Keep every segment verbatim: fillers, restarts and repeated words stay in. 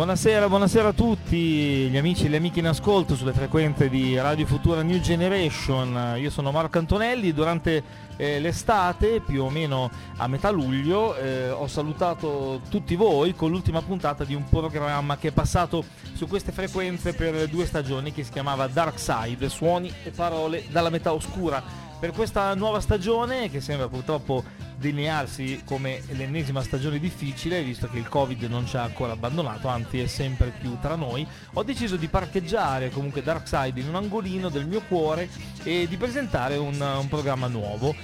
Buonasera, buonasera a tutti gli amici e le amiche in ascolto sulle frequenze di Radio Futura New Generation. Io sono Marco Antonelli. Durante eh, l'estate, più o meno a metà luglio, eh, ho salutato tutti voi con l'ultima puntata di un programma che è passato su queste frequenze per due stagioni, che si chiamava Dark Side, suoni e parole dalla metà oscura. Per questa nuova stagione, che sembra purtroppo delinearsi come l'ennesima stagione difficile, visto che il Covid non ci ha ancora abbandonato, anzi è sempre più tra noi, ho deciso di parcheggiare comunque Dark Side in un angolino del mio cuore e di presentare un, un programma nuovo.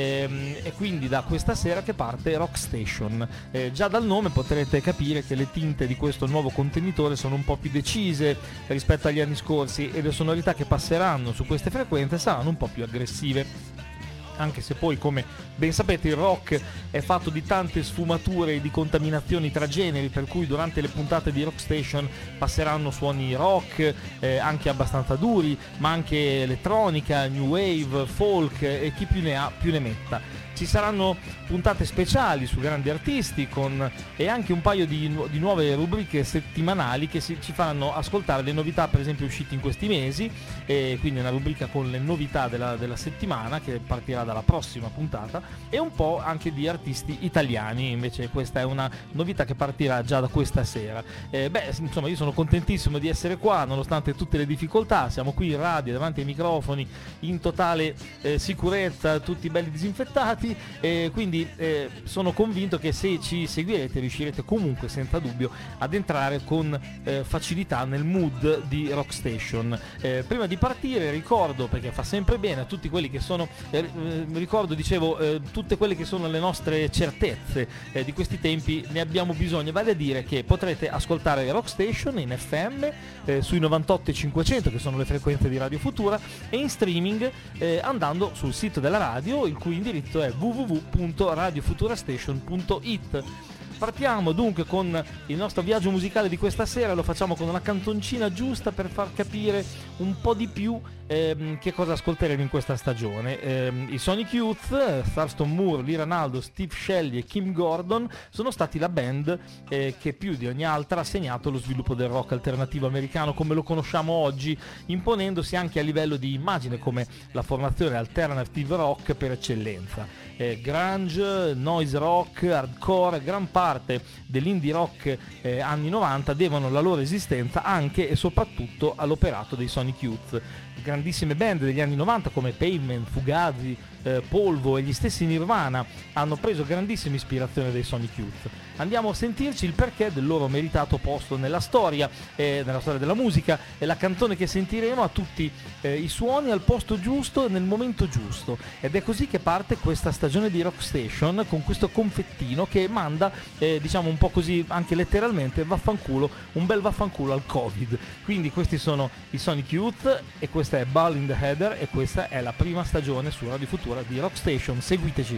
E, e quindi da questa sera che parte Rock Station. Eh, già dal nome potrete capire che le tinte di questo nuovo contenitore sono un po' più decise rispetto agli anni scorsi e le sonorità che passeranno su queste frequenze saranno un po' più aggressive. Anche se poi, come ben sapete, il rock è fatto di tante sfumature e di contaminazioni tra generi, per cui durante le puntate di Rock Station passeranno suoni rock, eh, anche abbastanza duri, ma anche elettronica, new wave, folk e chi più ne ha più ne metta. Ci saranno puntate speciali su grandi artisti con, e anche un paio di, nu- di nuove rubriche settimanali che si, ci faranno ascoltare le novità, per esempio uscite in questi mesi, e quindi una rubrica con le novità della, della settimana che partirà dalla prossima puntata, e un po' anche di artisti italiani. Invece questa è una novità che partirà già da questa sera. Eh, beh, insomma, io sono contentissimo di essere qua nonostante tutte le difficoltà. Siamo qui in radio davanti ai microfoni in totale eh, sicurezza, tutti belli disinfettati. E quindi eh, sono convinto che se ci seguirete riuscirete comunque senza dubbio ad entrare con eh, facilità nel mood di Rock Station. Eh, prima di partire ricordo, perché fa sempre bene a tutti quelli che sono eh, ricordo dicevo eh, tutte quelle che sono le nostre certezze eh, di questi tempi, ne abbiamo bisogno, vale a dire che potrete ascoltare Rock Station in F M eh, sui novantotto e cinquecento, che sono le frequenze di Radio Futura, e in streaming eh, andando sul sito della radio, il cui indirizzo è w w w punto radio futura station punto i t. Partiamo dunque con il nostro viaggio musicale di questa sera. Lo facciamo con una canzoncina giusta per far capire un po' di più ehm, che cosa ascolteremo in questa stagione. ehm, I Sonic Youth, Thurston Moore, Lee Ranaldo, Steve Shelley e Kim Gordon sono stati la band eh, che più di ogni altra ha segnato lo sviluppo del rock alternativo americano come lo conosciamo oggi, imponendosi anche a livello di immagine come la formazione alternative rock per eccellenza. Eh, grunge, noise rock, hardcore, gran parte dell'indie rock eh, anni novanta devono la loro esistenza anche e soprattutto all'operato dei Sonic Youth. Grandissime band degli anni novanta come Pavement, Fugazi, eh, Polvo e gli stessi Nirvana hanno preso grandissima ispirazione dai Sonic Youth. Andiamo a sentirci il perché del loro meritato posto nella storia, eh, nella storia della musica, e la canzone che sentiremo ha tutti eh, i suoni al posto giusto e nel momento giusto, ed è così che parte questa stagione di Rock Station, con questo confettino che manda, eh, diciamo un po' così anche letteralmente, vaffanculo, un bel vaffanculo al Covid. Quindi questi sono i Sonic Youth e questa è Ball in the Heather, e questa è la prima stagione su Radio Futura di Rock Station. Seguiteci.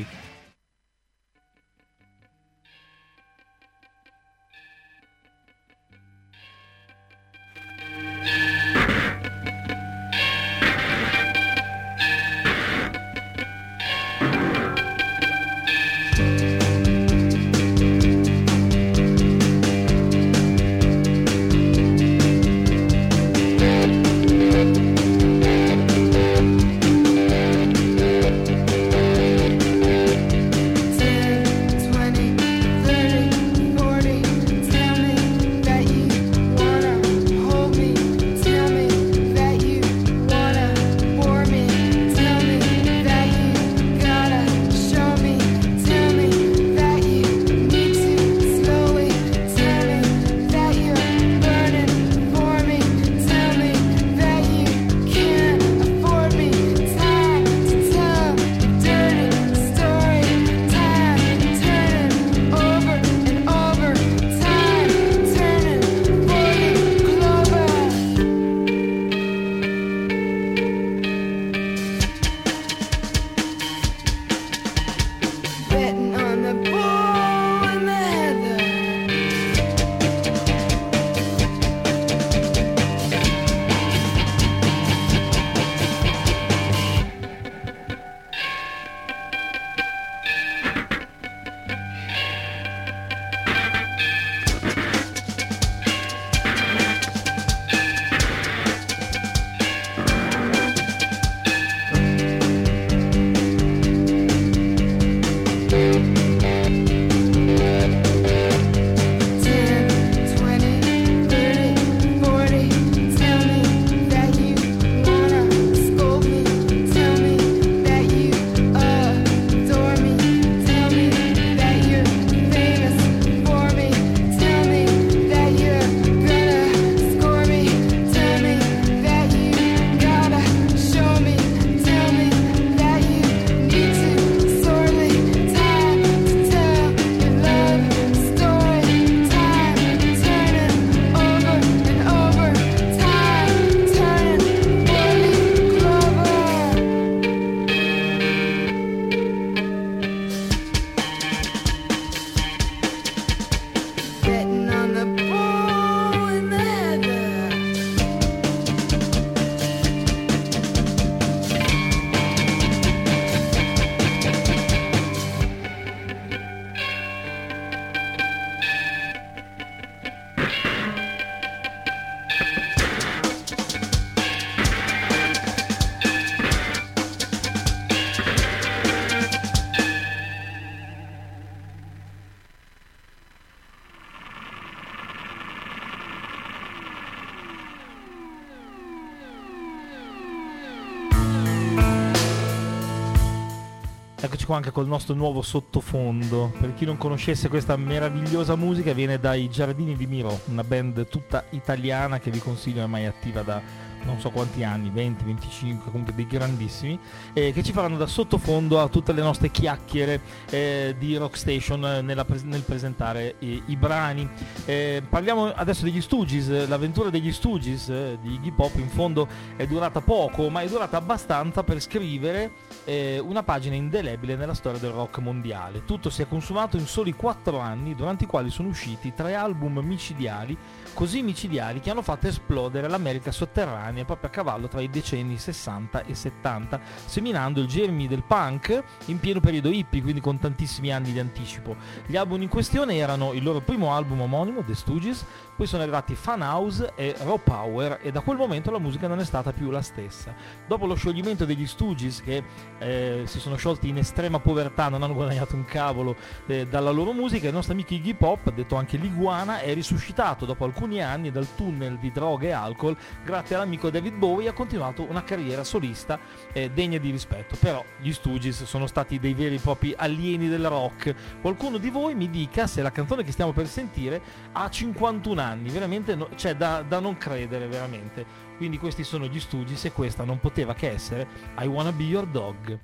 qua anche col nostro nuovo sottofondo. Per chi non conoscesse questa meravigliosa musica, viene dai Giardini di Miro, una band tutta italiana che vi consiglio, è mai attiva da non so quanti anni, venti, venticinque, comunque dei grandissimi, eh, che ci faranno da sottofondo a tutte le nostre chiacchiere eh, di Rockstation eh, nella pres- nel presentare eh, i brani. Eh, parliamo adesso degli Stooges. L'avventura degli Stooges eh, di Iggy Pop in fondo è durata poco, ma è durata abbastanza per scrivere eh, una pagina indelebile nella storia del rock mondiale. Tutto si è consumato in soli quattro anni, durante i quali sono usciti tre album micidiali, così micidiali che hanno fatto esplodere l'America sotterranea proprio a cavallo tra i decenni sessanta e settanta, seminando il germi del punk in pieno periodo hippie, quindi con tantissimi anni di anticipo. Gli album in questione erano il loro primo album omonimo, The Stooges, poi sono arrivati Funhouse e Raw Power, e da quel momento la musica non è stata più la stessa. Dopo lo scioglimento degli Stooges, che eh, si sono sciolti in estrema povertà, non hanno guadagnato un cavolo eh, dalla loro musica, il nostro amico Iggy Pop, detto anche l'Iguana, è risuscitato dopo alcuni anni dal tunnel di droga e alcol grazie all'amico David Bowie, ha continuato una carriera solista eh, degna di rispetto. Però gli Stooges sono stati dei veri e propri alieni del rock. Qualcuno di voi mi dica se la canzone che stiamo per sentire ha cinquantuno anni, veramente no, cioè da, da non credere veramente. Quindi questi sono gli Stooges e questa non poteva che essere I Wanna Be Your Dog.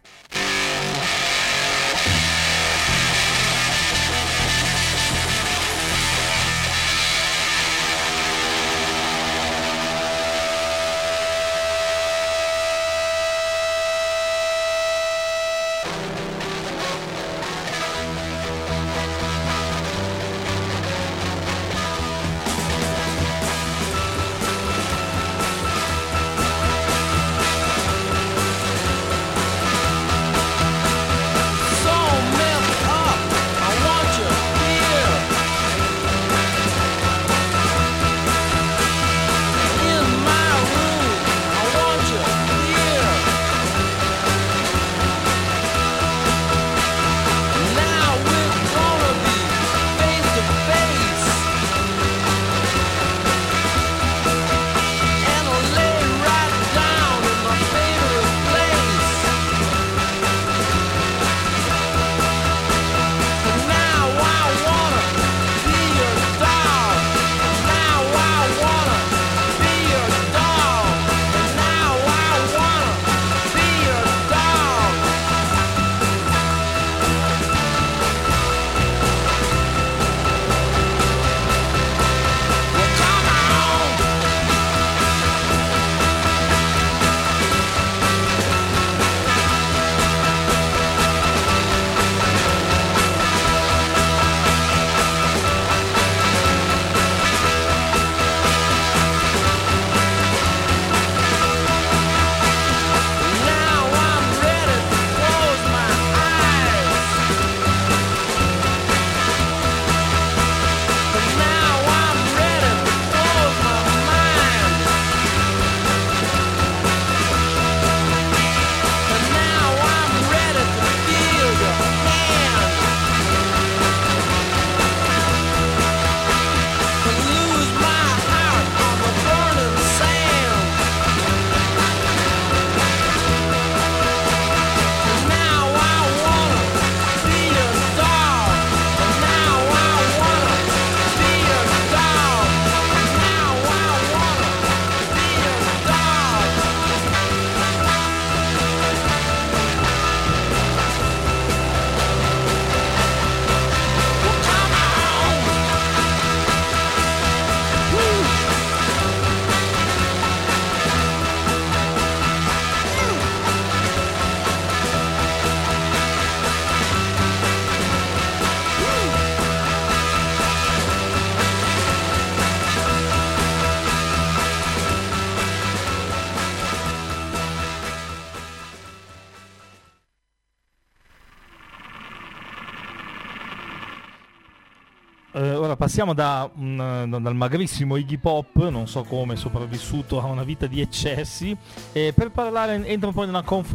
Eh, ora passiamo da un, dal magrissimo Iggy Pop, non so come, sopravvissuto a una vita di eccessi, eh, per parlare, entra un po' in una comfort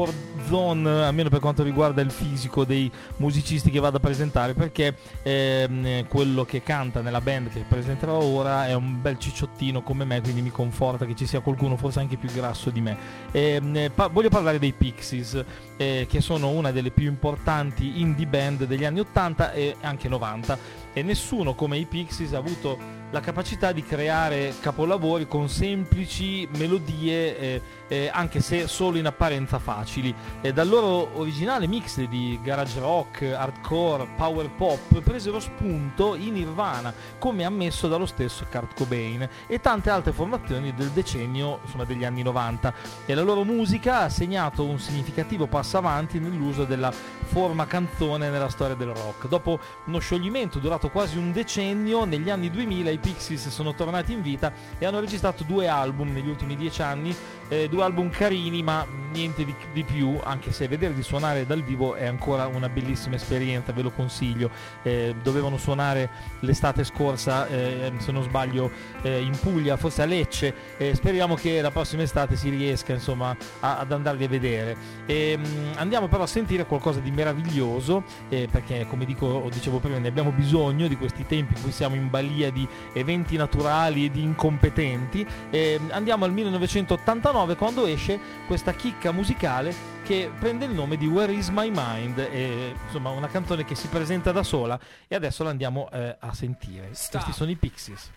zone, almeno per quanto riguarda il fisico dei musicisti che vado a presentare, perché ehm, quello che canta nella band che presenterò ora è un bel cicciottino come me, quindi mi conforta che ci sia qualcuno forse anche più grasso di me. E, pa- voglio parlare dei Pixies, eh, che sono una delle più importanti indie band degli anni ottanta e anche novanta, e nessuno come i Pixies ha avuto la capacità di creare capolavori con semplici melodie, eh, eh, anche se solo in apparenza facili. E dal loro originale mix di garage rock, hardcore, power pop presero spunto in Nirvana, come ammesso dallo stesso Kurt Cobain, e tante altre formazioni del decennio, insomma, degli anni novanta. E la loro musica ha segnato un significativo passo avanti nell'uso della forma canzone nella storia del rock. Dopo uno scioglimento durato quasi un decennio, negli anni duemila i Pixies sono tornati in vita e hanno registrato due album negli ultimi dieci anni, eh, due album carini ma niente di, di più, anche se vederli suonare dal vivo è ancora una bellissima esperienza, ve lo consiglio. Eh, dovevano suonare l'estate scorsa, eh, se non sbaglio, eh, in Puglia, forse a Lecce, eh, speriamo che la prossima estate si riesca, insomma, a, ad andarli a vedere. E, mh, andiamo però a sentire qualcosa di meraviglioso, eh, perché come dico, dicevo prima, ne abbiamo bisogno di questi tempi in cui siamo in balia di eventi naturali e di incompetenti. Eh, andiamo al millenovecentottantanove, quando esce questa chicca musicale che prende il nome di Where Is My Mind, e, insomma, una canzone che si presenta da sola, e adesso la andiamo eh, a sentire. Stop. Questi sono i Pixies.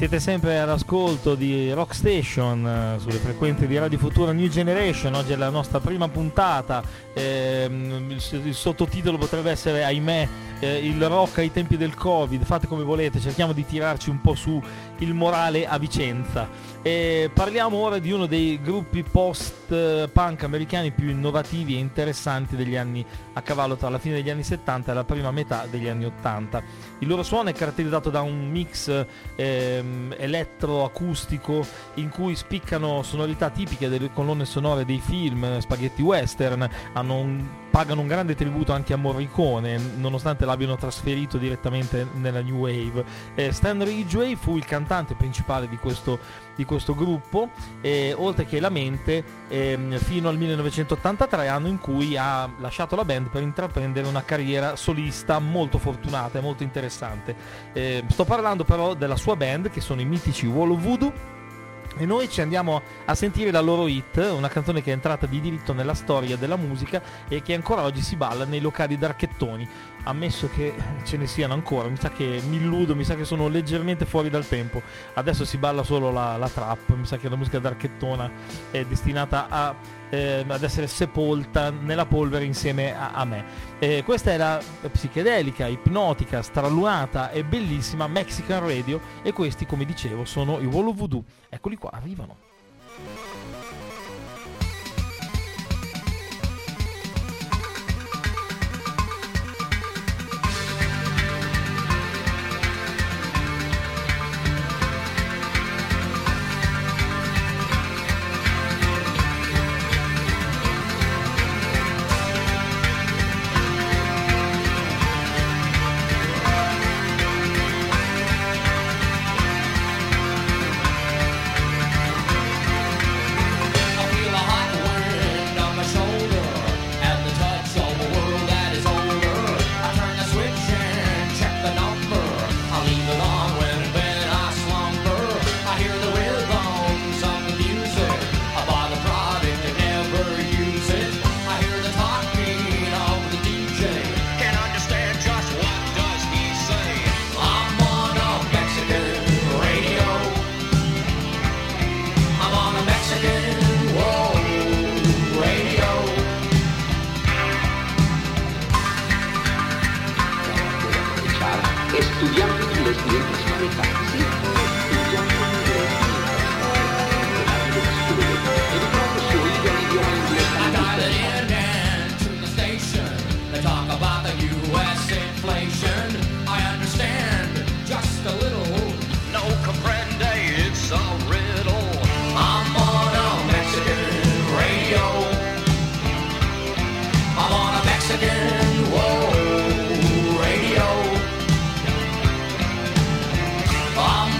Siete sempre all'ascolto di Rock Station eh, sulle frequenze di Radio Futura New Generation. Oggi è la nostra prima puntata. Eh, il, il sottotitolo potrebbe essere, ahimè, eh, il rock ai tempi del Covid. Fate come volete, cerchiamo di tirarci un po' su il morale a Vicenza. E parliamo ora di uno dei gruppi post-punk americani più innovativi e interessanti degli anni, a cavallo tra la fine degli anni settanta e la prima metà degli anni ottanta. Il loro suono è caratterizzato da un mix ehm, elettroacustico in cui spiccano sonorità tipiche delle colonne sonore dei film, spaghetti western, hanno un pagano un grande tributo anche a Morricone, nonostante l'abbiano trasferito direttamente nella New Wave. Eh, Stan Ridgway fu il cantante principale di questo, di questo gruppo, eh, oltre che la mente, eh, fino al millenovecentottantatré, anno in cui ha lasciato la band per intraprendere una carriera solista molto fortunata e molto interessante. Eh, sto parlando però della sua band, che sono i mitici Wall of Voodoo, e noi ci andiamo a sentire la loro hit, una canzone che è entrata di diritto nella storia della musica e che ancora oggi si balla nei locali d'archettoni, ammesso che ce ne siano ancora. Mi sa che mi illudo, mi sa che sono leggermente fuori dal tempo. Adesso si balla solo la, la trap, mi sa che la musica d'archettona è destinata a, eh, ad essere sepolta nella polvere insieme a, a me. Eh, questa è la psichedelica, ipnotica, stralunata e bellissima Mexican Radio, e questi, come dicevo, sono i Wall of Voodoo. Eccoli qua, arrivano. I'm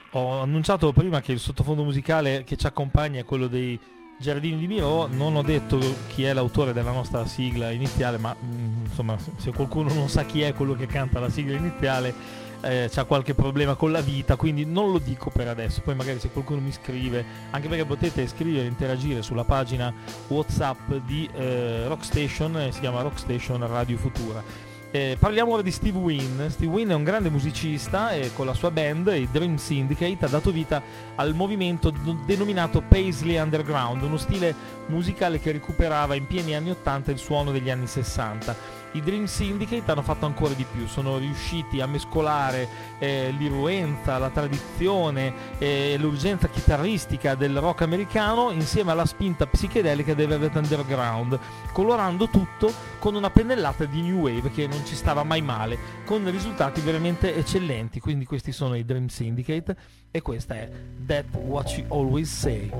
Ho annunciato prima che il sottofondo musicale che ci accompagna è quello dei Giardini di Miro. Non ho detto chi è l'autore della nostra sigla iniziale, ma mh, insomma, se qualcuno non sa chi è quello che canta la sigla iniziale, eh, c'ha qualche problema con la vita, quindi non lo dico per adesso. Poi magari se qualcuno mi scrive, anche perché potete scrivere, interagire sulla pagina WhatsApp di eh, Rockstation, eh, si chiama Rockstation Radio Futura. Eh, parliamo ora di Steve Wynn. Steve Wynn è un grande musicista e con la sua band, i Dream Syndicate, ha dato vita al movimento d- denominato Paisley Underground, uno stile musicale che recuperava in pieni anni ottanta il suono degli anni sessanta. I Dream Syndicate hanno fatto ancora di più, sono riusciti a mescolare eh, l'irruenza, la tradizione e eh, l'urgenza chitarristica del rock americano insieme alla spinta psichedelica del Velvet Underground, colorando tutto con una pennellata di new wave che non ci stava mai male, con risultati veramente eccellenti. Quindi questi sono i Dream Syndicate e questa è That's What You Always Say.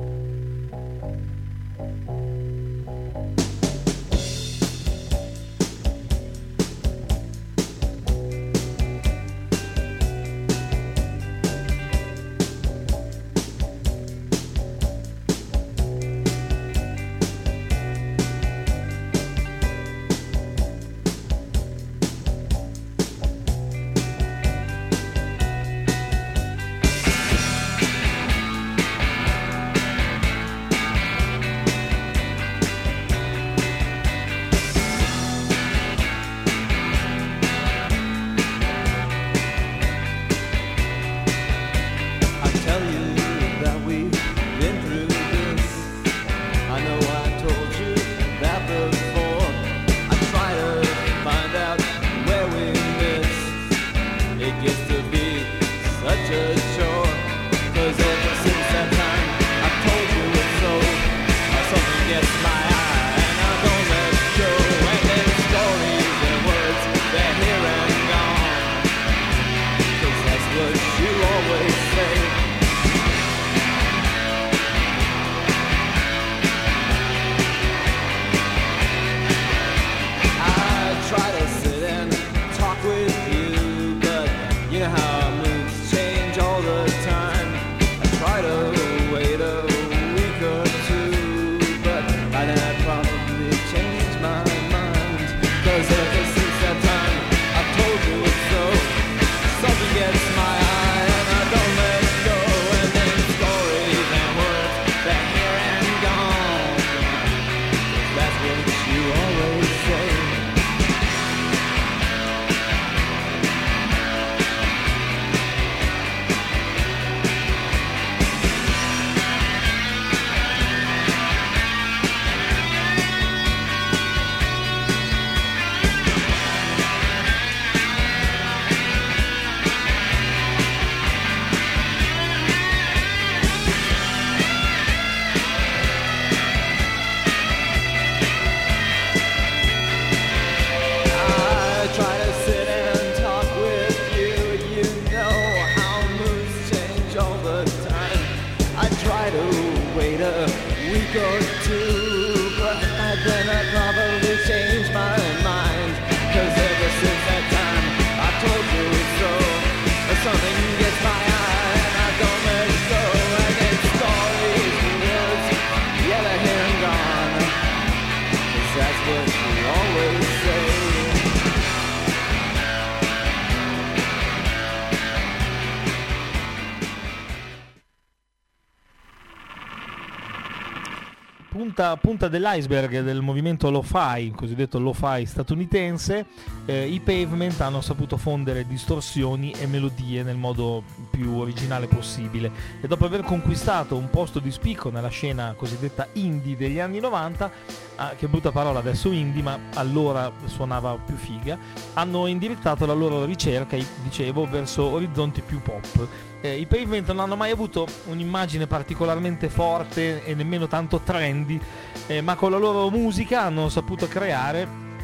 Punta, punta dell'iceberg del movimento lo-fi, il cosiddetto lo-fi statunitense, eh, i Pavement hanno saputo fondere distorsioni e melodie nel modo più originale possibile e dopo aver conquistato un posto di spicco nella scena cosiddetta indie degli anni novanta, ah, che brutta parola adesso indie, ma allora suonava più figa, hanno indirizzato la loro ricerca, dicevo, verso orizzonti più pop. Eh, I Pavement non hanno mai avuto un'immagine particolarmente forte e nemmeno tanto trendy, eh, ma con la loro musica hanno saputo creare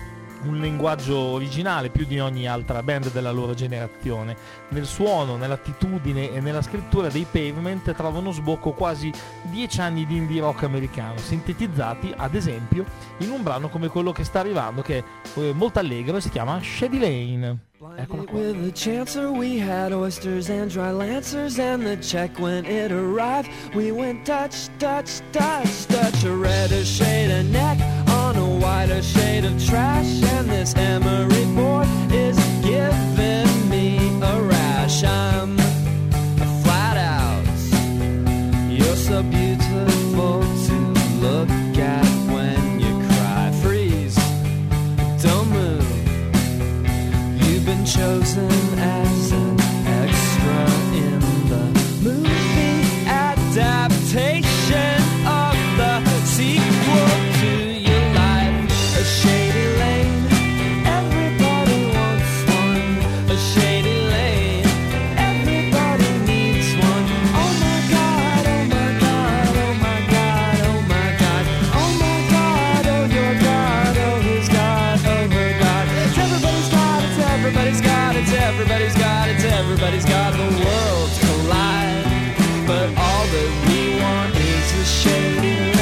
un linguaggio originale più di ogni altra band della loro generazione. Nel suono, nell'attitudine e nella scrittura dei Pavement trovano sbocco quasi dieci anni di indie rock americano, sintetizzati ad esempio in un brano come quello che sta arrivando, che è eh, molto allegro e si chiama Shady Lane. Eccolo qua. With the chancer we had oysters and dry lancers, and the check when it arrived we went Dutch, Dutch, Dutch, Dutch. A redder shade of neck on a whiter shade of trash, and this emery board is giving me a rash. I'm flat out, you're so beautiful to look at when you cry. Freeze, don't move, you've been chosen as an extra in the movie adaptation of the sequel to your life. A shady lane, everybody wants one. A shady lane, everybody needs one. Oh my God, oh my God, oh my God, oh my God, oh my God, oh your God, oh his God, oh her God. Everybody's got it, everybody's got it, everybody's got it, everybody's got it. The worlds collide, but all that we want is a shady lane.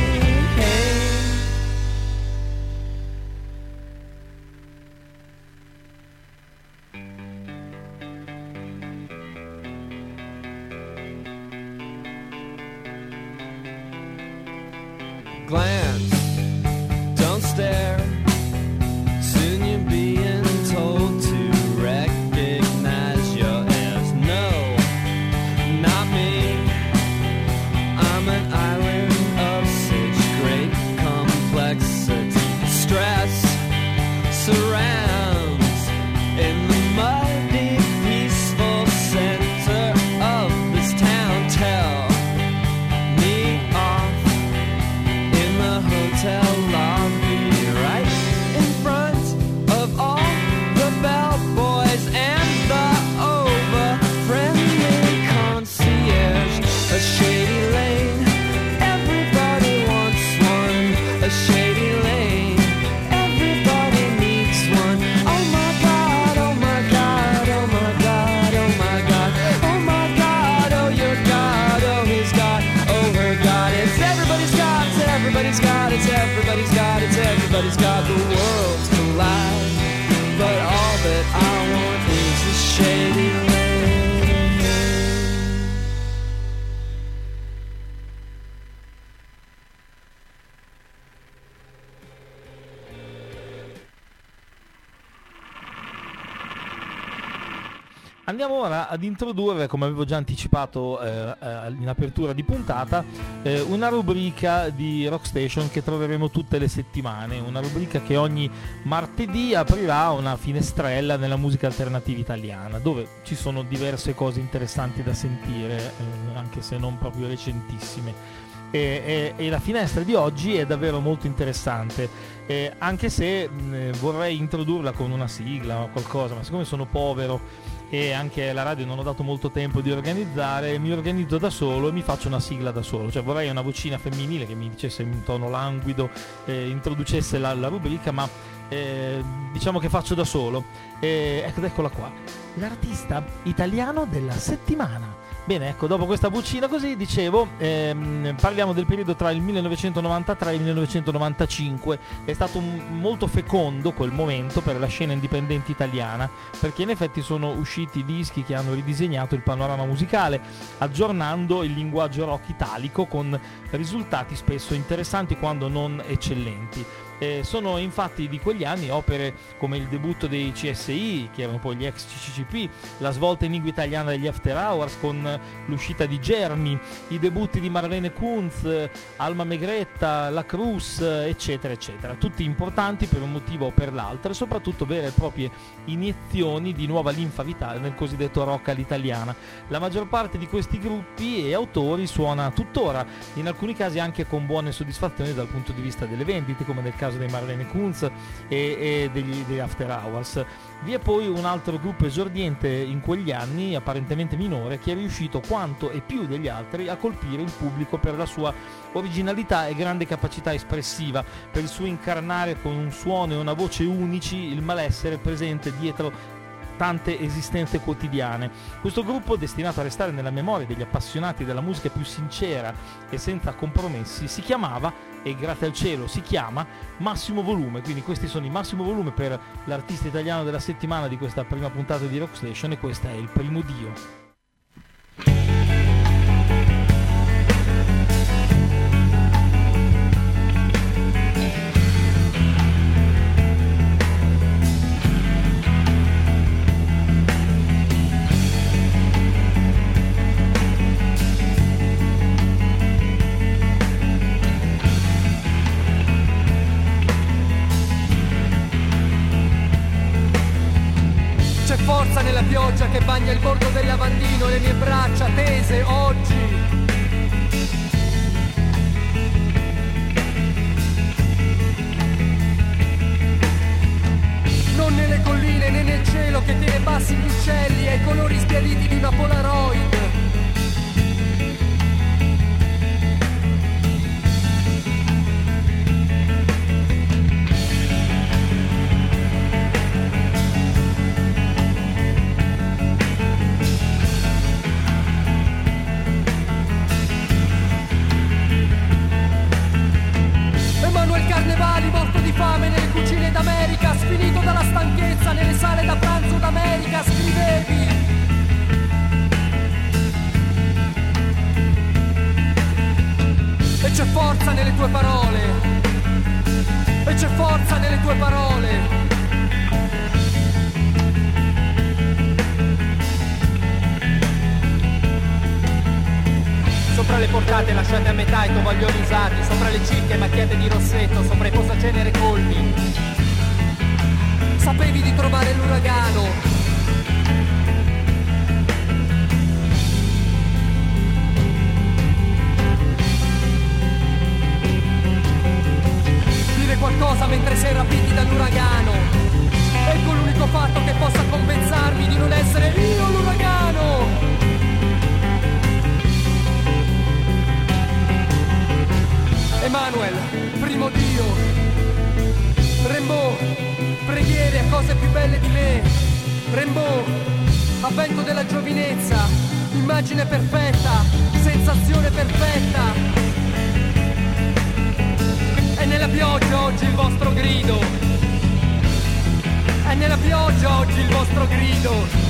Glance, don't stare. Soon you're being told to recognize your heirs. No, not me. I'm an island of such great complexity. Stress surrounds in the muddy, peaceful center of this town. Tell me off in the hotel lobby, right in front of all the bellboys and the over-friendly concierge. A shady lane, everybody wants one. A shady lane, everybody needs one. Oh my God, oh my God, oh my God, oh my God, oh my God, oh your God, oh his God, oh her God. It's everybody's got it, everybody's got it, everybody's got it, everybody's got. The worlds collide, but all that I want is a shady lane. Andiamo ora ad introdurre, come avevo già anticipato eh, eh, in apertura di puntata, eh, una rubrica di Rock Station che troveremo tutte le settimane, una rubrica che ogni martedì aprirà una finestrella nella musica alternativa italiana, dove ci sono diverse cose interessanti da sentire, eh, anche se non proprio recentissime. E, e, e la finestra di oggi è davvero molto interessante, eh, anche se mh, vorrei introdurla con una sigla o qualcosa, ma siccome sono povero e anche la radio non ho dato molto tempo di organizzare, mi organizzo da solo e mi faccio una sigla da solo. Cioè vorrei una vocina femminile che mi dicesse in tono languido, eh, introducesse la, la rubrica, ma eh, diciamo che faccio da solo. Eh, ecco, eccola qua, l'artista italiano della settimana. Bene, ecco, dopo questa vocina così, dicevo, ehm, parliamo del periodo tra il millenovecentonovantatré e il millenovecentonovantacinque. È stato un, molto fecondo quel momento per la scena indipendente italiana, perché in effetti sono usciti dischi che hanno ridisegnato il panorama musicale, aggiornando il linguaggio rock italico con risultati spesso interessanti quando non eccellenti. Eh, sono infatti di quegli anni opere come il debutto dei C S I, che erano poi gli ex C C C P, la svolta in lingua italiana degli After Hours con l'uscita di Germi, i debutti di Marlene Kunz, Alma Megretta, La Cruz, eccetera eccetera, tutti importanti per un motivo o per l'altro, e soprattutto vere e proprie iniezioni di nuova linfa vitale nel cosiddetto rock all'italiana. La maggior parte di questi gruppi e autori suona tuttora, in alcuni casi anche con buone soddisfazioni dal punto di vista delle vendite, come nel caso dei Marlene Kunz e, e degli, degli After Hours. Vi è poi un altro gruppo esordiente in quegli anni, apparentemente minore, che è riuscito quanto e più degli altri a colpire il pubblico per la sua originalità e grande capacità espressiva, per il suo incarnare con un suono e una voce unici il malessere presente dietro tante esistenze quotidiane. Questo gruppo, destinato a restare nella memoria degli appassionati della musica più sincera e senza compromessi, si chiamava, e grazie al cielo si chiama, Massimo Volume. Quindi questi sono i Massimo Volume per l'artista italiano della settimana di questa prima puntata di Rock Station, e questa è Il Primo Dio. Forza nella pioggia che bagna il bordo del lavandino, le mie braccia tese oggi. Non nelle colline né nel cielo che tiene bassi gli uccelli e i colori sbiaditi di una Polaroid. Carnevali, morto di fame nelle cucine d'America, sfinito dalla stanchezza nelle sale da pranzo d'America, scrivevi. E c'è forza nelle tue parole, e c'è forza nelle tue parole. Sopra le portate lasciate a metà i tovaglioli usati, sopra le cicche macchiate di rossetto, sopra i posacenere colmi. Sapevi di trovare l'uragano. Dire qualcosa mentre sei rapiti dall'uragano. Ecco l'unico fatto che possa compensarmi di non essere io l'uragano. Emanuel, primo Dio. Rimbaud, preghiere a cose più belle di me. Rimbaud, avvento della giovinezza, immagine perfetta, sensazione perfetta. È nella pioggia oggi il vostro grido. È nella pioggia oggi il vostro grido.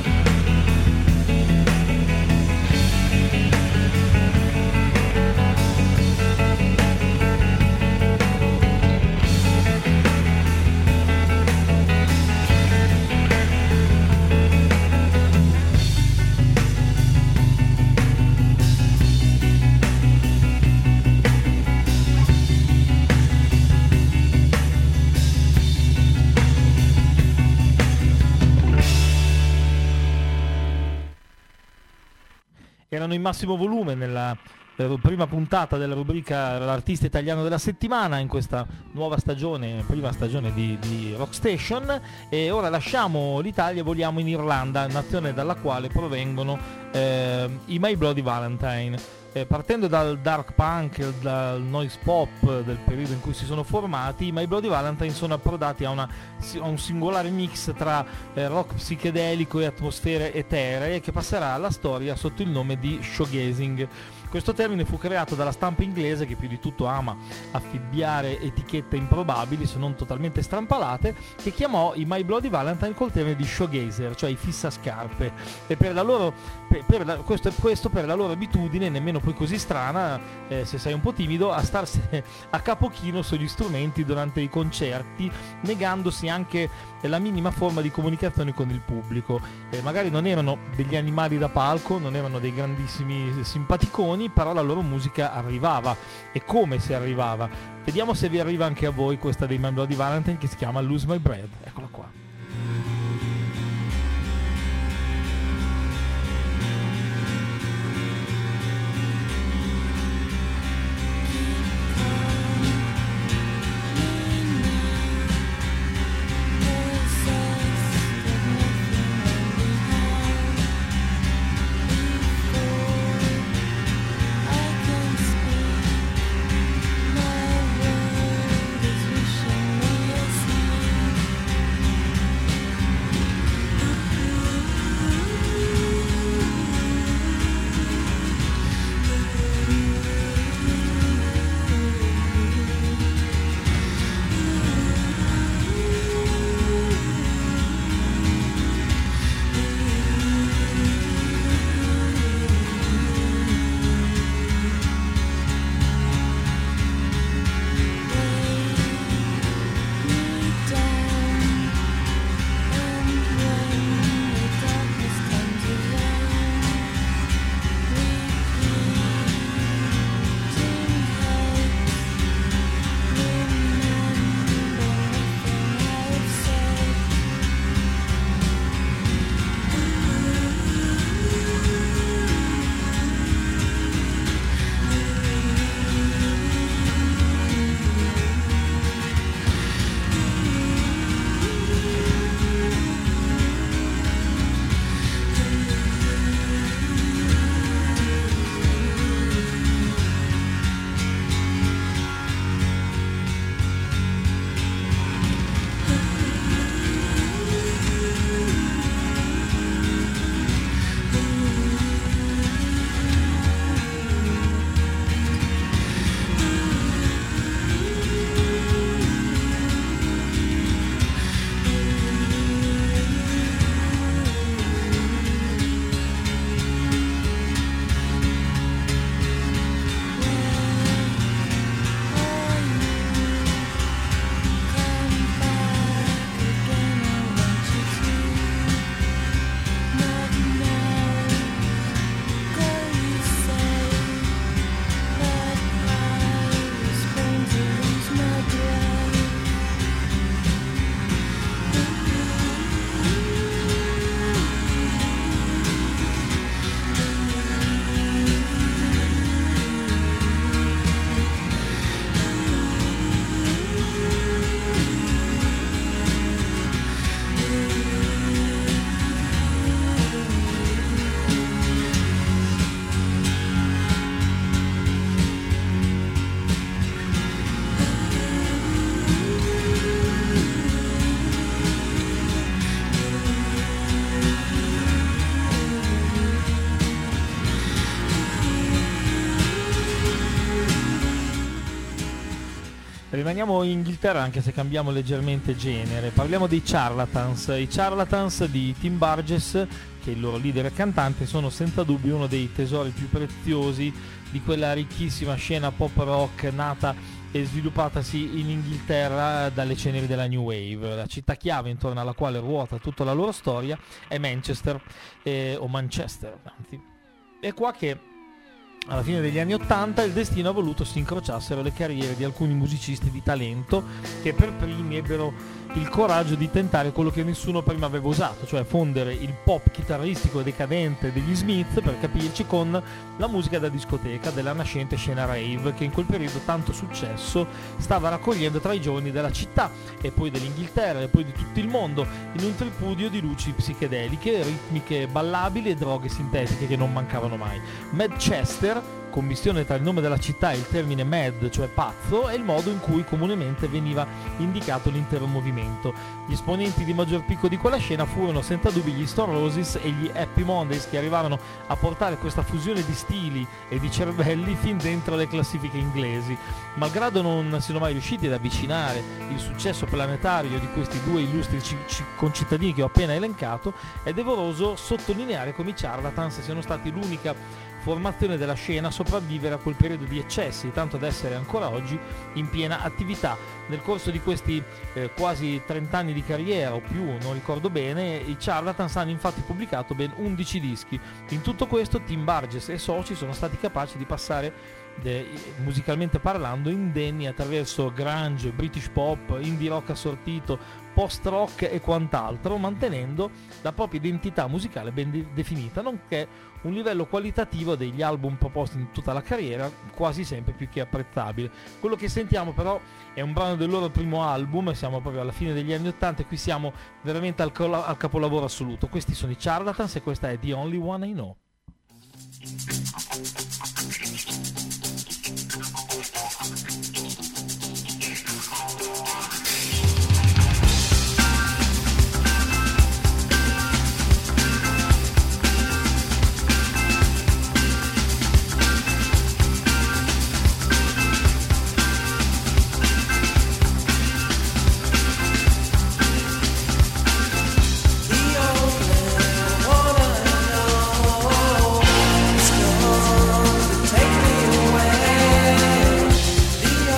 Erano in Massimo Volume nella eh, prima puntata della rubrica L'artista italiano della settimana in questa nuova stagione, prima stagione di, di Rock Station, e ora lasciamo l'Italia e voliamo in Irlanda, nazione dalla quale provengono eh, i My Bloody Valentine. Eh, partendo dal dark punk e dal noise pop del periodo in cui si sono formati, i My Bloody Valentine sono approdati a, una, a un singolare mix tra eh, rock psichedelico e atmosfere eteree che passerà alla storia sotto il nome di showgazing. Questo termine fu creato dalla stampa inglese, che più di tutto ama affibbiare etichette improbabili se non totalmente strampalate, che chiamò i My Bloody Valentine col termine di showgazer, cioè i fissascarpe, e per la loro, per, per la, questo, questo per la loro abitudine, nemmeno poi così strana, eh, se sei un po' timido, a starsene a capo chino sugli strumenti durante i concerti, negandosi anche la minima forma di comunicazione con il pubblico. Eh, magari non erano degli animali da palco, non erano dei grandissimi simpaticoni, però la loro musica arrivava. E come si arrivava? Vediamo se vi arriva anche a voi questa dei My Bloody Valentine, che si chiama Lose My Bread. Eccola qua. rimaniamo in Inghilterra anche se cambiamo leggermente genere. Parliamo dei Charlatans. I Charlatans di Tim Burgess, che è il loro leader e cantante, sono senza dubbio uno dei tesori più preziosi di quella ricchissima scena pop rock nata e sviluppatasi in Inghilterra dalle ceneri della New Wave. La città chiave intorno alla quale ruota tutta la loro storia è Manchester, eh, o Manchester, anzi. È qua che alla fine degli anni Ottanta il destino ha voluto si incrociassero le carriere di alcuni musicisti di talento che per primi ebbero il coraggio di tentare quello che nessuno prima aveva usato, cioè fondere il pop chitarristico e decadente degli Smith, per capirci, con la musica da discoteca della nascente scena rave, che in quel periodo tanto successo stava raccogliendo tra i giovani della città e poi dell'Inghilterra e poi di tutto il mondo, in un tripudio di luci psichedeliche, ritmiche ballabili e droghe sintetiche che non mancavano mai. Manchester, commistione tra il nome della città e il termine mad, cioè pazzo, è il modo in cui comunemente veniva indicato l'intero movimento. Gli esponenti di maggior picco di quella scena furono senza dubbio gli Stone Roses e gli Happy Mondays, che arrivarono a portare questa fusione di stili e di cervelli fin dentro le classifiche inglesi. Malgrado non siano mai riusciti ad avvicinare il successo planetario di questi due illustri c- c- concittadini che ho appena elencato, è doveroso sottolineare come i Charlatans siano stati l'unica formazione della scena a sopravvivere a quel periodo di eccessi, tanto da essere ancora oggi in piena attività. Nel corso di questi eh, quasi trenta anni di carriera o più, non ricordo bene, i Charlatans hanno infatti pubblicato ben undici dischi. In tutto questo Tim Burgess e soci sono stati capaci di passare, de, musicalmente parlando, indenni attraverso grunge, British pop, indie rock assortito, post rock e quant'altro, mantenendo la propria identità musicale ben de- definita, nonché un livello qualitativo degli album proposti in tutta la carriera quasi sempre più che apprezzabile. Quello che sentiamo però è un brano del loro primo album, siamo proprio alla fine degli anni ottanta e qui siamo veramente al, col- al capolavoro assoluto. Questi sono i Charlatans e questa è The Only One I Know. Take me away.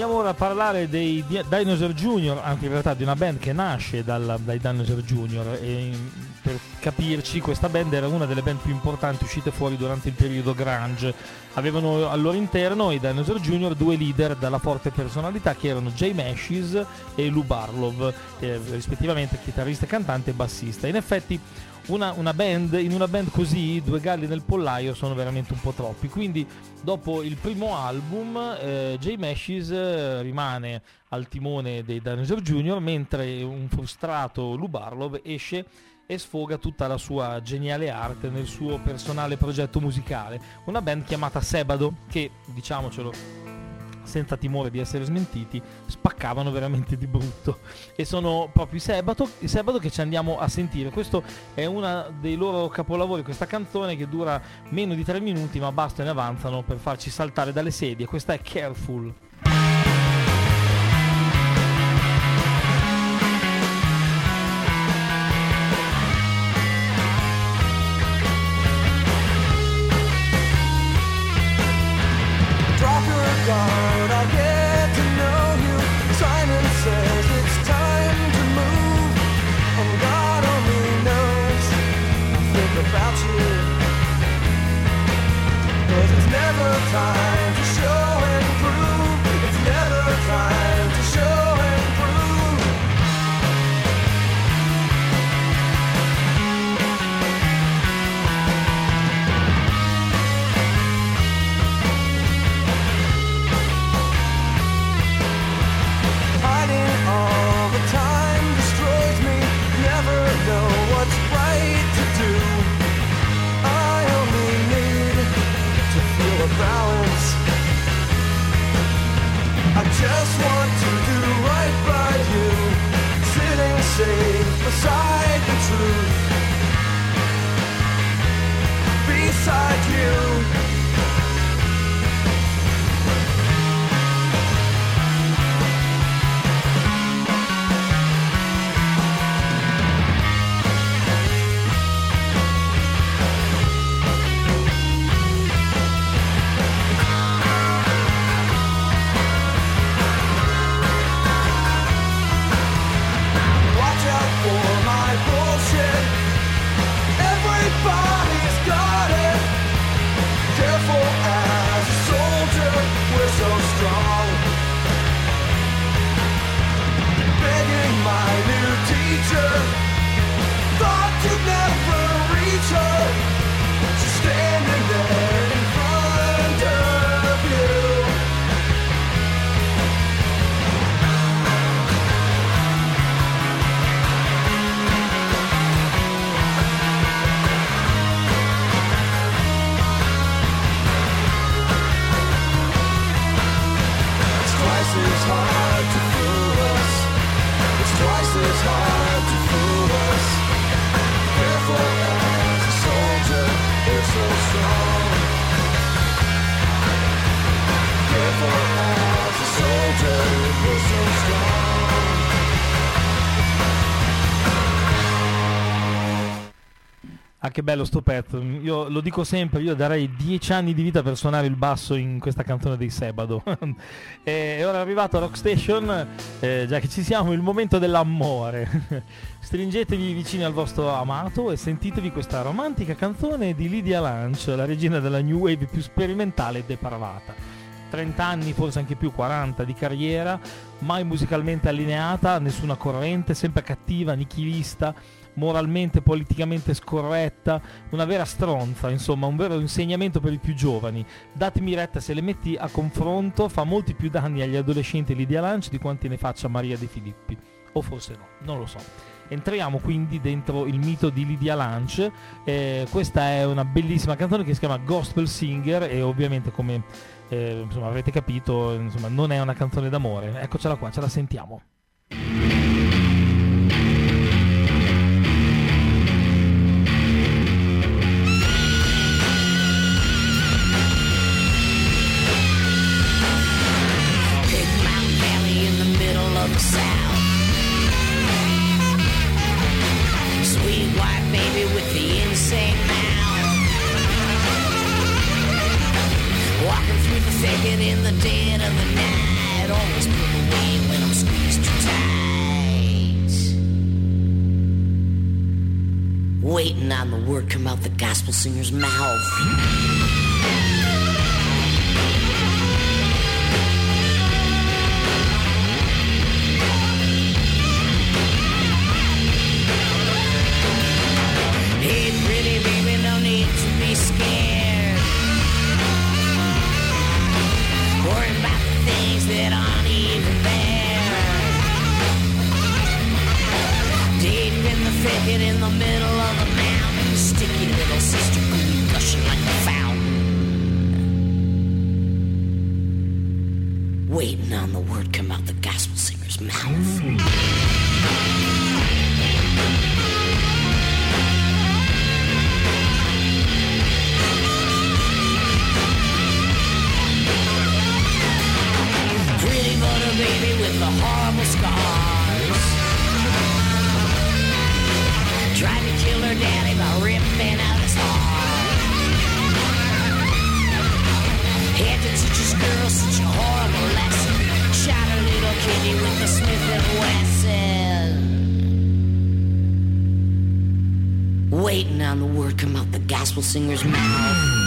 Andiamo ora a parlare dei Dinosaur Junior, anche in realtà di una band che nasce dal, dai Dinosaur Junior, e per capirci questa band era una delle band più importanti uscite fuori durante il periodo grunge. Avevano al loro interno i Dinosaur Junior due leader dalla forte personalità che erano Jay Mascis e Lou Barlow, eh, rispettivamente chitarrista, cantante e bassista. In effetti Una, una band, in una band così due galli nel pollaio sono veramente un po' troppi, quindi dopo il primo album eh, Jay Mascis eh, rimane al timone dei Dinosaur Junior, mentre un frustrato Lou Barlow esce e sfoga tutta la sua geniale arte nel suo personale progetto musicale, una band chiamata Sebado che, diciamocelo senza timore di essere smentiti, spaccavano veramente di brutto, e sono proprio i Sebado, i Sebado che ci andiamo a sentire. Questo è uno dei loro capolavori, questa canzone che dura meno di tre minuti ma basta e ne avanzano per farci saltare dalle sedie. Questa è Careful. I get to know you. Simon says it's time to move, and God only knows I think about you. 'Cause it's never time to show and prove. It's never time to show and prove. All the time destroys me. Never know what's right to do. I only need to feel a balance. I just want to do right by you, sitting safe beside the truth, beside you. Ah, che bello sto pezzo, io lo dico sempre, io darei dieci anni di vita per suonare il basso in questa canzone dei Sebado. E ora è arrivato a Rock Station, eh, già che ci siamo, il momento dell'amore. Stringetevi vicini al vostro amato e sentitevi questa romantica canzone di Lydia Lunch, la regina della new wave più sperimentale e depravata. trenta anni, forse anche più, quaranta di carriera, mai musicalmente allineata, nessuna corrente, sempre cattiva, nichilista, moralmente, politicamente scorretta, una vera stronza, insomma, un vero insegnamento per i più giovani. Datemi retta, se le metti a confronto, fa molti più danni agli adolescenti Lydia Lunch di quanti ne faccia Maria De Filippi, o forse no, non lo so. Entriamo quindi dentro il mito di Lydia Lunch. Eh, questa è una bellissima canzone che si chiama Gospel Singer e ovviamente, come eh, insomma, avrete capito, insomma, non è una canzone d'amore. Eccocela qua, ce la sentiamo. In the dead of the night, always pull away when I'm squeezed too tight. Waiting on the word come out the gospel singer's mouth. Hey, pretty baby, no need to be scared. Worrying about the things that aren't even there. Deep in the thicket, in the middle of the mountain, sticky little sister booty gushing like a fountain. Waiting on the word come out the gospel singer's mouth. Pretty butter baby with the horrible scars. Tried to kill her daddy by ripping out his heart. Had to teach his girl such a horrible lesson. Shot her little kitty with the Smith and Wesson. Waiting on the word come out the gospel singer's mouth.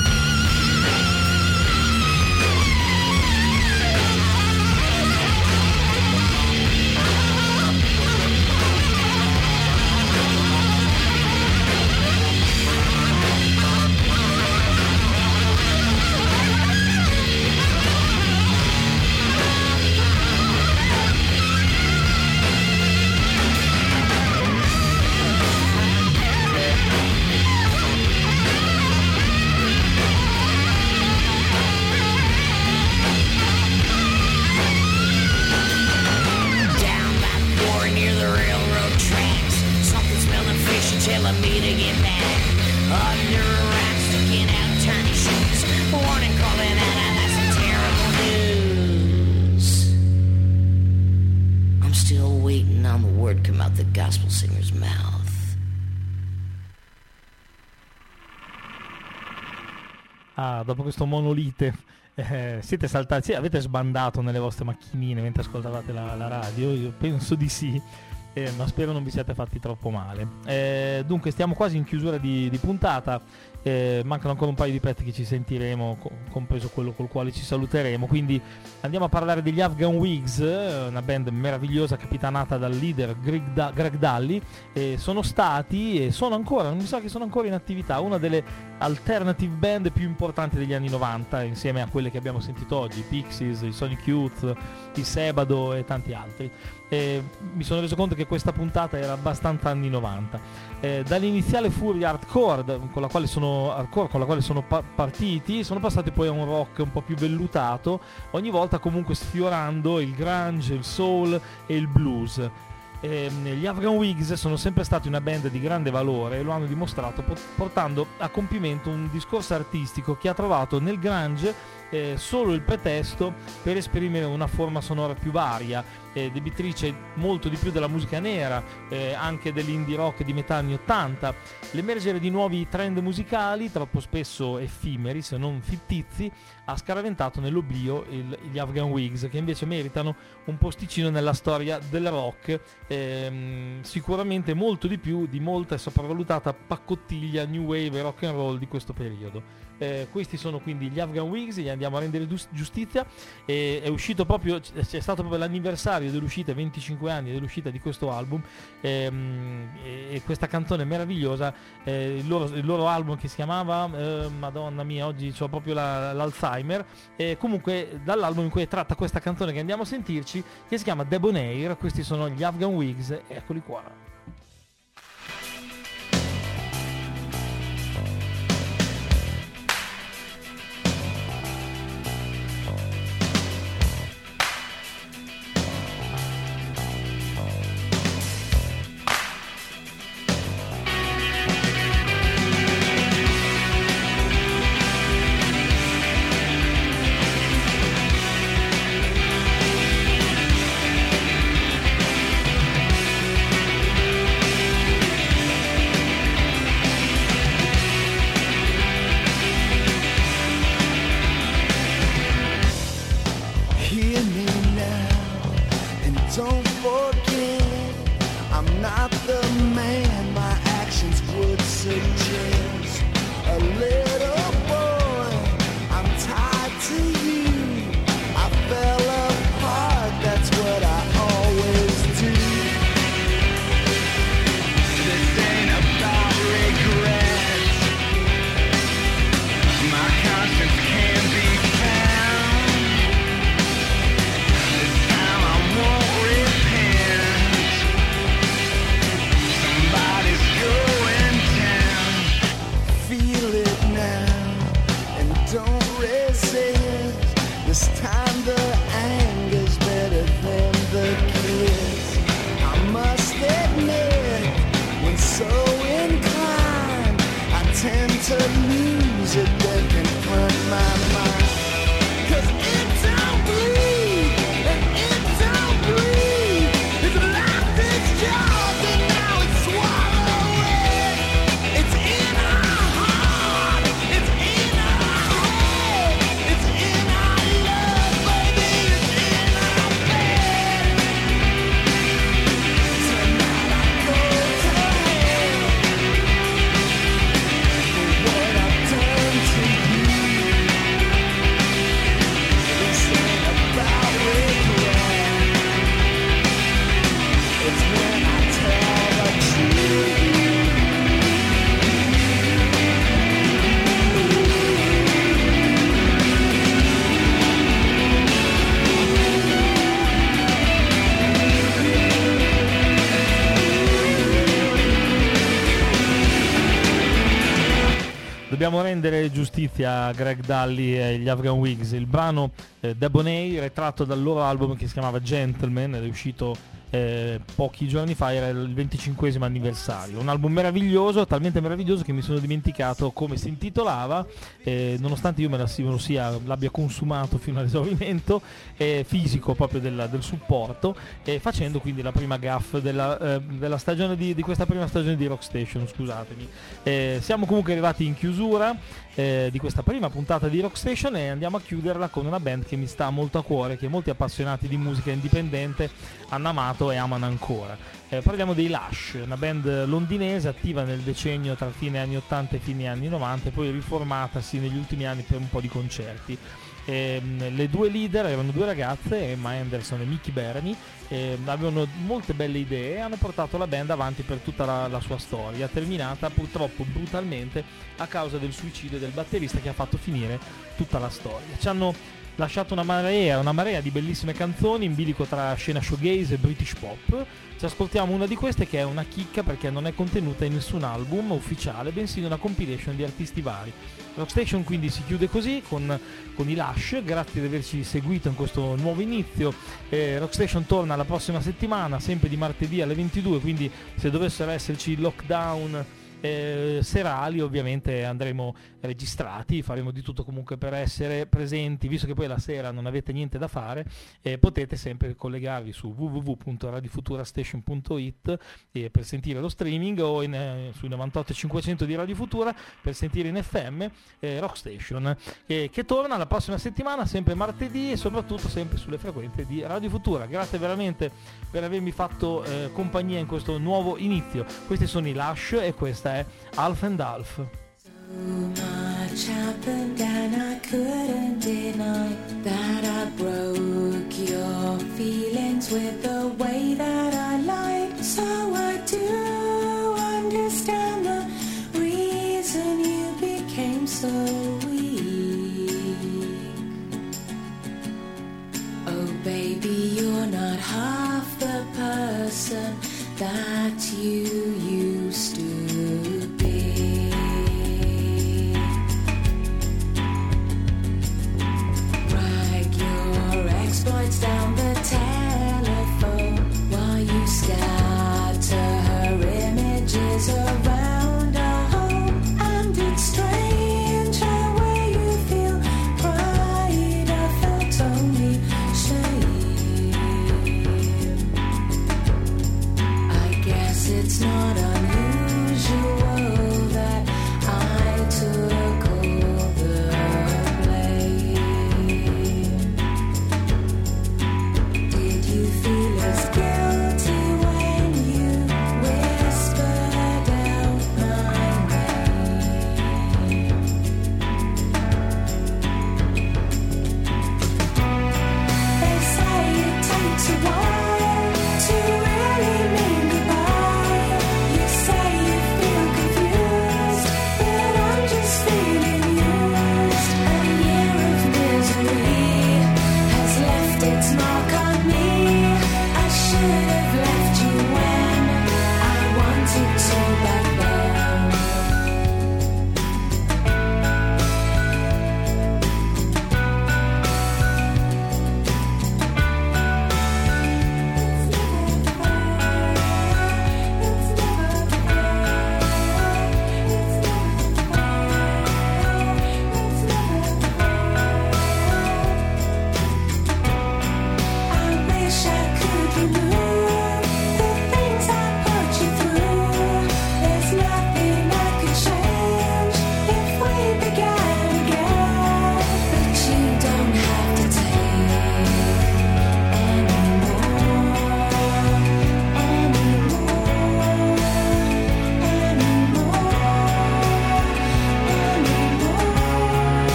Telling me to get back under a rock, sticking out tiny shoes. Warning calling out, oh, that's some terrible news. I'm still waiting on the word come out the gospel singer's mouth. Ah, dopo questo monolite eh, siete saltati, sì, avete sbandato nelle vostre macchinine mentre ascoltavate la, la radio? Io penso di sì. Eh, ma spero non vi siate fatti troppo male. Eh, dunque stiamo quasi in chiusura di, di puntata, eh, mancano ancora un paio di pezzi che ci sentiremo, co- compreso quello col quale ci saluteremo, quindi andiamo a parlare degli Afghan Whigs, una band meravigliosa capitanata dal leader Greg, da- Greg Dulli. Eh, sono stati e sono ancora, non mi sa che sono ancora in attività, una delle alternative band più importanti degli anni novanta, insieme a quelle che abbiamo sentito oggi, i Pixies, i Sonic Youth, i Sebado e tanti altri. Eh, mi sono reso conto che questa puntata era abbastanza anni novanta. Eh, dall'iniziale furia hardcore con la quale sono, hardcore, con la quale sono pa- partiti, sono passati poi a un rock un po' più vellutato, ogni volta comunque sfiorando il grunge, il soul e il blues. Eh, gli Afghan Whigs sono sempre stati una band di grande valore e lo hanno dimostrato portando a compimento un discorso artistico che ha trovato nel grunge eh, solo il pretesto per esprimere una forma sonora più varia, eh, debitrice molto di più della musica nera, eh, anche dell'indie rock di metà anni ottanta, l'emergere di nuovi trend musicali troppo spesso effimeri se non fittizi ha scaraventato nell'oblio il, gli Afghan Whigs, che invece meritano un posticino nella storia del rock, ehm, sicuramente molto di più di molta e sopravvalutata paccottiglia new wave e rock and roll di questo periodo. Eh, questi sono quindi gli Afghan Whigs, gli andiamo a rendere giustizia. Eh, è uscito proprio, c'è stato proprio l'anniversario dell'uscita, venticinque anni dell'uscita di questo album, ehm, e, e questa canzone meravigliosa, eh, il, loro, il loro album che si chiamava eh, Madonna mia, oggi ho proprio la, l'Alzheimer, eh, comunque dall'album in cui è tratta questa canzone che andiamo a sentirci, che si chiama Debonair. Questi sono gli Afghan Whigs, eccoli qua. dobbiamo rendere giustizia a Greg Dulli e gli Afghan Wigs. Il brano eh, Debonay, ritratto dal loro album che si chiamava Gentleman, ed è uscito eh, pochi giorni fa, era il venticinquesimo anniversario. Un album meraviglioso, talmente meraviglioso che mi sono dimenticato come si intitolava, eh, nonostante io me la sia, l'abbia consumato fino all'esaurimento eh, fisico proprio del, del supporto, eh, facendo quindi la prima gaff della, eh, della stagione di, di questa prima stagione di Rock Station, scusatemi. Eh, siamo comunque arrivati in chiusura eh, di questa prima puntata di Rock Station, e andiamo a chiuderla con una band che mi sta molto a cuore, che molti appassionati di musica indipendente hanno amato e amano ancora. Eh, parliamo dei Lush, una band londinese attiva nel decennio tra fine anni ottanta e fine anni novanta, e poi riformatasi negli ultimi anni per un po' di concerti. Eh, le due leader erano due ragazze, Emma Anderson e Mickey Bernie, eh, avevano molte belle idee e hanno portato la band avanti per tutta la, la sua storia, terminata purtroppo brutalmente a causa del suicidio del batterista, che ha fatto finire tutta la storia. Ci hanno lasciato una marea, una marea di bellissime canzoni in bilico tra scena showgaze e British pop. Ci ascoltiamo una di queste, che è una chicca perché non è contenuta in nessun album ufficiale, bensì in una compilation di artisti vari. Rockstation quindi si chiude così con, con i Lush. Grazie di averci seguito in questo nuovo inizio. eh, Rockstation torna la prossima settimana, sempre di martedì alle ventidue, quindi se dovessero esserci lockdown Eh, serali ovviamente andremo registrati, faremo di tutto comunque per essere presenti, visto che poi la sera non avete niente da fare. Eh, potete sempre collegarvi su w w w punto radiofuturastation punto i t eh, per sentire lo streaming, o in, eh, sui novantotto e cinquecento di Radio Futura per sentire in F M eh, Rockstation, eh, che torna la prossima settimana, sempre martedì, e soprattutto sempre sulle frequenze di Radio Futura. Grazie veramente per avermi fatto eh, compagnia in questo nuovo inizio. Questi sono i Lush e questa è Half and Half. So much happened and I couldn't deny that I broke your feelings with the way that I lied. So I do